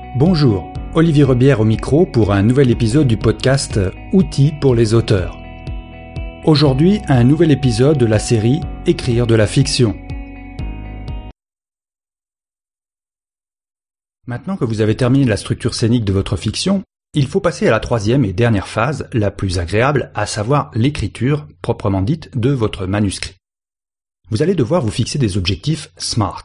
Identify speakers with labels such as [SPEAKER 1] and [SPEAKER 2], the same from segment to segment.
[SPEAKER 1] Bonjour, Olivier Rebière au micro pour un nouvel épisode du podcast Outils pour les auteurs. Aujourd'hui, un nouvel épisode de la série Écrire de la fiction. Maintenant que vous avez terminé la structure scénique de votre fiction, il faut passer à la troisième et dernière phase, la plus agréable, à savoir l'écriture, proprement dite, de votre manuscrit. Vous allez devoir vous fixer des objectifs SMART.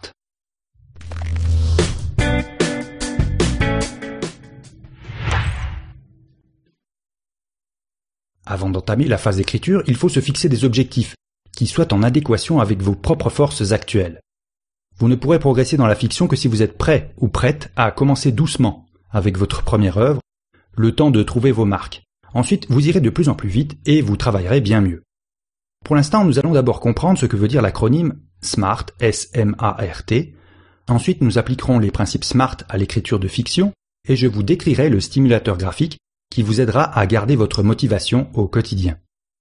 [SPEAKER 1] Avant d'entamer la phase d'écriture, il faut se fixer des objectifs qui soient en adéquation avec vos propres forces actuelles. Vous ne pourrez progresser dans la fiction que si vous êtes prêt ou prête à commencer doucement avec votre première œuvre, le temps de trouver vos marques. Ensuite, vous irez de plus en plus vite et vous travaillerez bien mieux. Pour l'instant, nous allons d'abord comprendre ce que veut dire l'acronyme SMART, S-M-A-R-T. Ensuite, nous appliquerons les principes SMART à l'écriture de fiction et je vous décrirai le stimulateur graphique qui vous aidera à garder votre motivation au quotidien.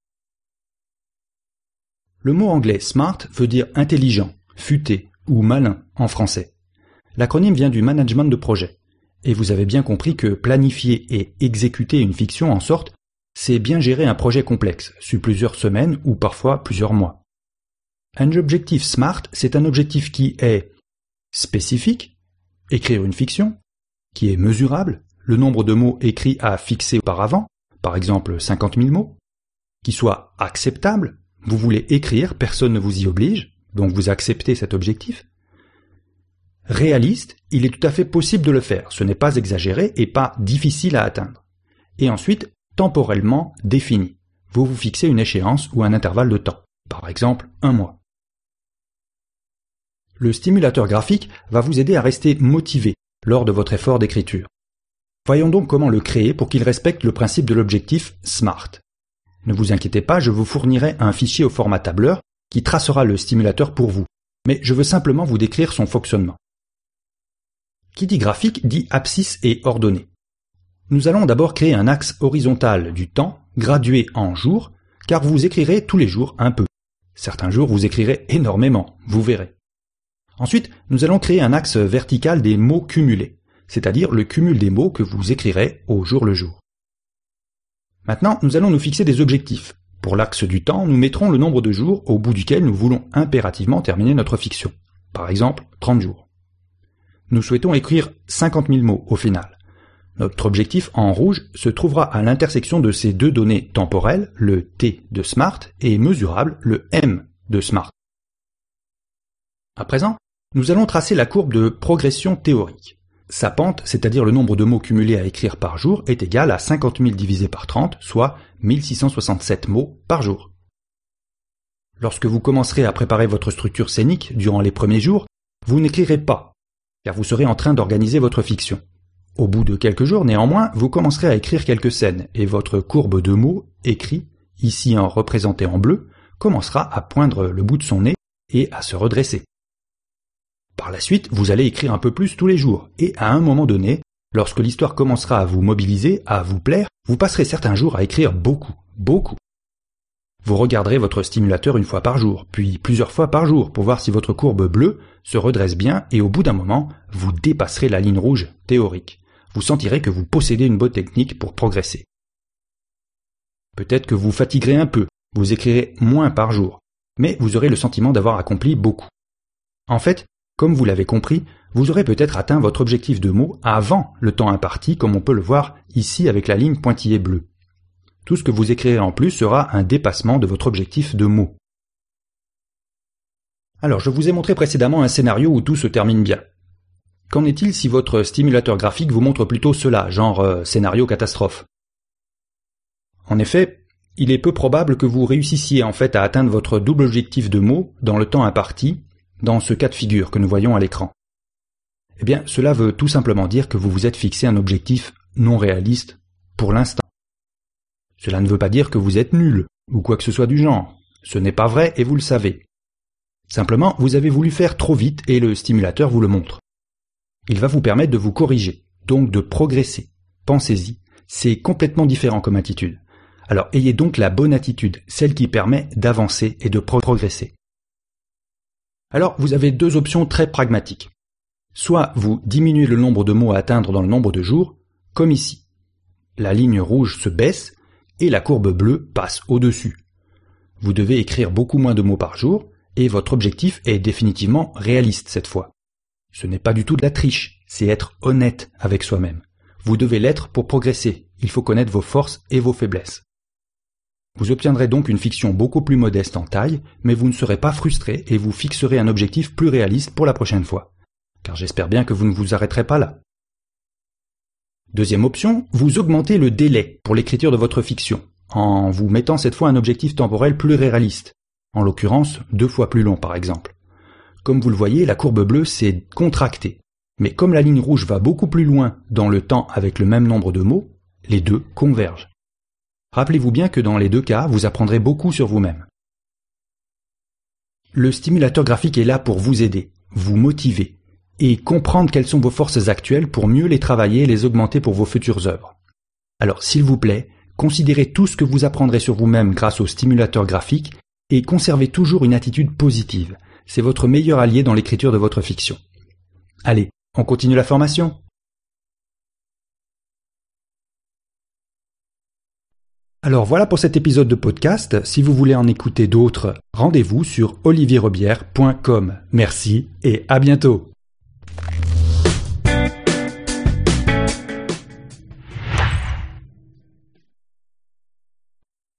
[SPEAKER 1] Le mot anglais SMART veut dire intelligent, futé ou malin en français. L'acronyme vient du management de projet. Et vous avez bien compris que planifier et exécuter une fiction en sorte, c'est bien gérer un projet complexe, sur plusieurs semaines ou parfois plusieurs mois. Un objectif SMART, c'est un objectif qui est spécifique, écrire une fiction, qui est mesurable, le nombre de mots écrits à fixer auparavant, par exemple 50 000 mots, qui soit acceptable, vous voulez écrire, personne ne vous y oblige, donc vous acceptez cet objectif. Réaliste, il est tout à fait possible de le faire, ce n'est pas exagéré et pas difficile à atteindre. Et ensuite, temporellement défini. Vous vous fixez une échéance ou un intervalle de temps, par exemple 1 mois. Le stimulateur graphique va vous aider à rester motivé lors de votre effort d'écriture. Voyons donc comment le créer pour qu'il respecte le principe de l'objectif SMART. Ne vous inquiétez pas, je vous fournirai un fichier au format tableur qui tracera le stimulateur pour vous, mais je veux simplement vous décrire son fonctionnement. Qui dit graphique dit abscisse et ordonnée. Nous allons d'abord créer un axe horizontal du temps, gradué en jours, car vous écrirez tous les jours un peu. Certains jours vous écrirez énormément, vous verrez. Ensuite, nous allons créer un axe vertical des mots cumulés, c'est-à-dire le cumul des mots que vous écrirez au jour le jour. Maintenant, nous allons nous fixer des objectifs. Pour l'axe du temps, nous mettrons le nombre de jours au bout duquel nous voulons impérativement terminer notre fiction. Par exemple, 30 jours. Nous souhaitons écrire 50 000 mots au final. Notre objectif en rouge se trouvera à l'intersection de ces deux données temporelles, le T de SMART, et mesurable, le M de SMART. À présent, nous allons tracer la courbe de progression théorique. Sa pente, c'est-à-dire le nombre de mots cumulés à écrire par jour, est égal à 50 000 divisé par 30, soit 1667 mots par jour. Lorsque vous commencerez à préparer votre structure scénique durant les premiers jours, vous n'écrirez pas, car vous serez en train d'organiser votre fiction. Au bout de quelques jours, néanmoins, vous commencerez à écrire quelques scènes, et votre courbe de mots, écrits, ici représentée en bleu, commencera à poindre le bout de son nez et à se redresser. Par la suite, vous allez écrire un peu plus tous les jours, et à un moment donné, lorsque l'histoire commencera à vous mobiliser, à vous plaire, vous passerez certains jours à écrire beaucoup. Vous regarderez votre stimulateur une fois par jour, puis plusieurs fois par jour, pour voir si votre courbe bleue se redresse bien, et au bout d'un moment, vous dépasserez la ligne rouge théorique. Vous sentirez que vous possédez une bonne technique pour progresser. Peut-être que vous fatiguerez un peu, vous écrirez moins par jour, mais vous aurez le sentiment d'avoir accompli beaucoup. En fait, comme vous l'avez compris, vous aurez peut-être atteint votre objectif de mots avant le temps imparti, comme on peut le voir ici avec la ligne pointillée bleue. Tout ce que vous écrirez en plus sera un dépassement de votre objectif de mots. Alors, je vous ai montré précédemment un scénario où tout se termine bien. Qu'en est-il si votre stimulateur graphique vous montre plutôt cela, genre scénario catastrophe ? En effet, il est peu probable que vous réussissiez en fait à atteindre votre double objectif de mots dans le temps imparti, dans ce cas de figure que nous voyons à l'écran. Eh bien, cela veut tout simplement dire que vous vous êtes fixé un objectif non réaliste pour l'instant. Cela ne veut pas dire que vous êtes nul, ou quoi que ce soit du genre. Ce n'est pas vrai et vous le savez. Simplement, vous avez voulu faire trop vite et le stimulateur vous le montre. Il va vous permettre de vous corriger, donc de progresser. Pensez-y, c'est complètement différent comme attitude. Alors ayez donc la bonne attitude, celle qui permet d'avancer et de progresser. Alors, vous avez deux options très pragmatiques. Soit vous diminuez le nombre de mots à atteindre dans le nombre de jours, comme ici. La ligne rouge se baisse et la courbe bleue passe au-dessus. Vous devez écrire beaucoup moins de mots par jour et votre objectif est définitivement réaliste cette fois. Ce n'est pas du tout de la triche, c'est être honnête avec soi-même. Vous devez l'être pour progresser, il faut connaître vos forces et vos faiblesses. Vous obtiendrez donc une fiction beaucoup plus modeste en taille, mais vous ne serez pas frustré et vous fixerez un objectif plus réaliste pour la prochaine fois. Car j'espère bien que vous ne vous arrêterez pas là. Deuxième option, vous augmentez le délai pour l'écriture de votre fiction, en vous mettant cette fois un objectif temporel plus réaliste, en l'occurrence 2 fois plus long par exemple. Comme vous le voyez, la courbe bleue s'est contractée, mais comme la ligne rouge va beaucoup plus loin dans le temps avec le même nombre de mots, les deux convergent. Rappelez-vous bien que dans les deux cas, vous apprendrez beaucoup sur vous-même. Le stimulateur graphique est là pour vous aider, vous motiver, et comprendre quelles sont vos forces actuelles pour mieux les travailler et les augmenter pour vos futures œuvres. Alors s'il vous plaît, considérez tout ce que vous apprendrez sur vous-même grâce au stimulateur graphique et conservez toujours une attitude positive. C'est votre meilleur allié dans l'écriture de votre fiction. Allez, on continue la formation ? Alors voilà pour cet épisode de podcast. Si vous voulez en écouter d'autres, rendez-vous sur olivierrobière.com. Merci et à bientôt.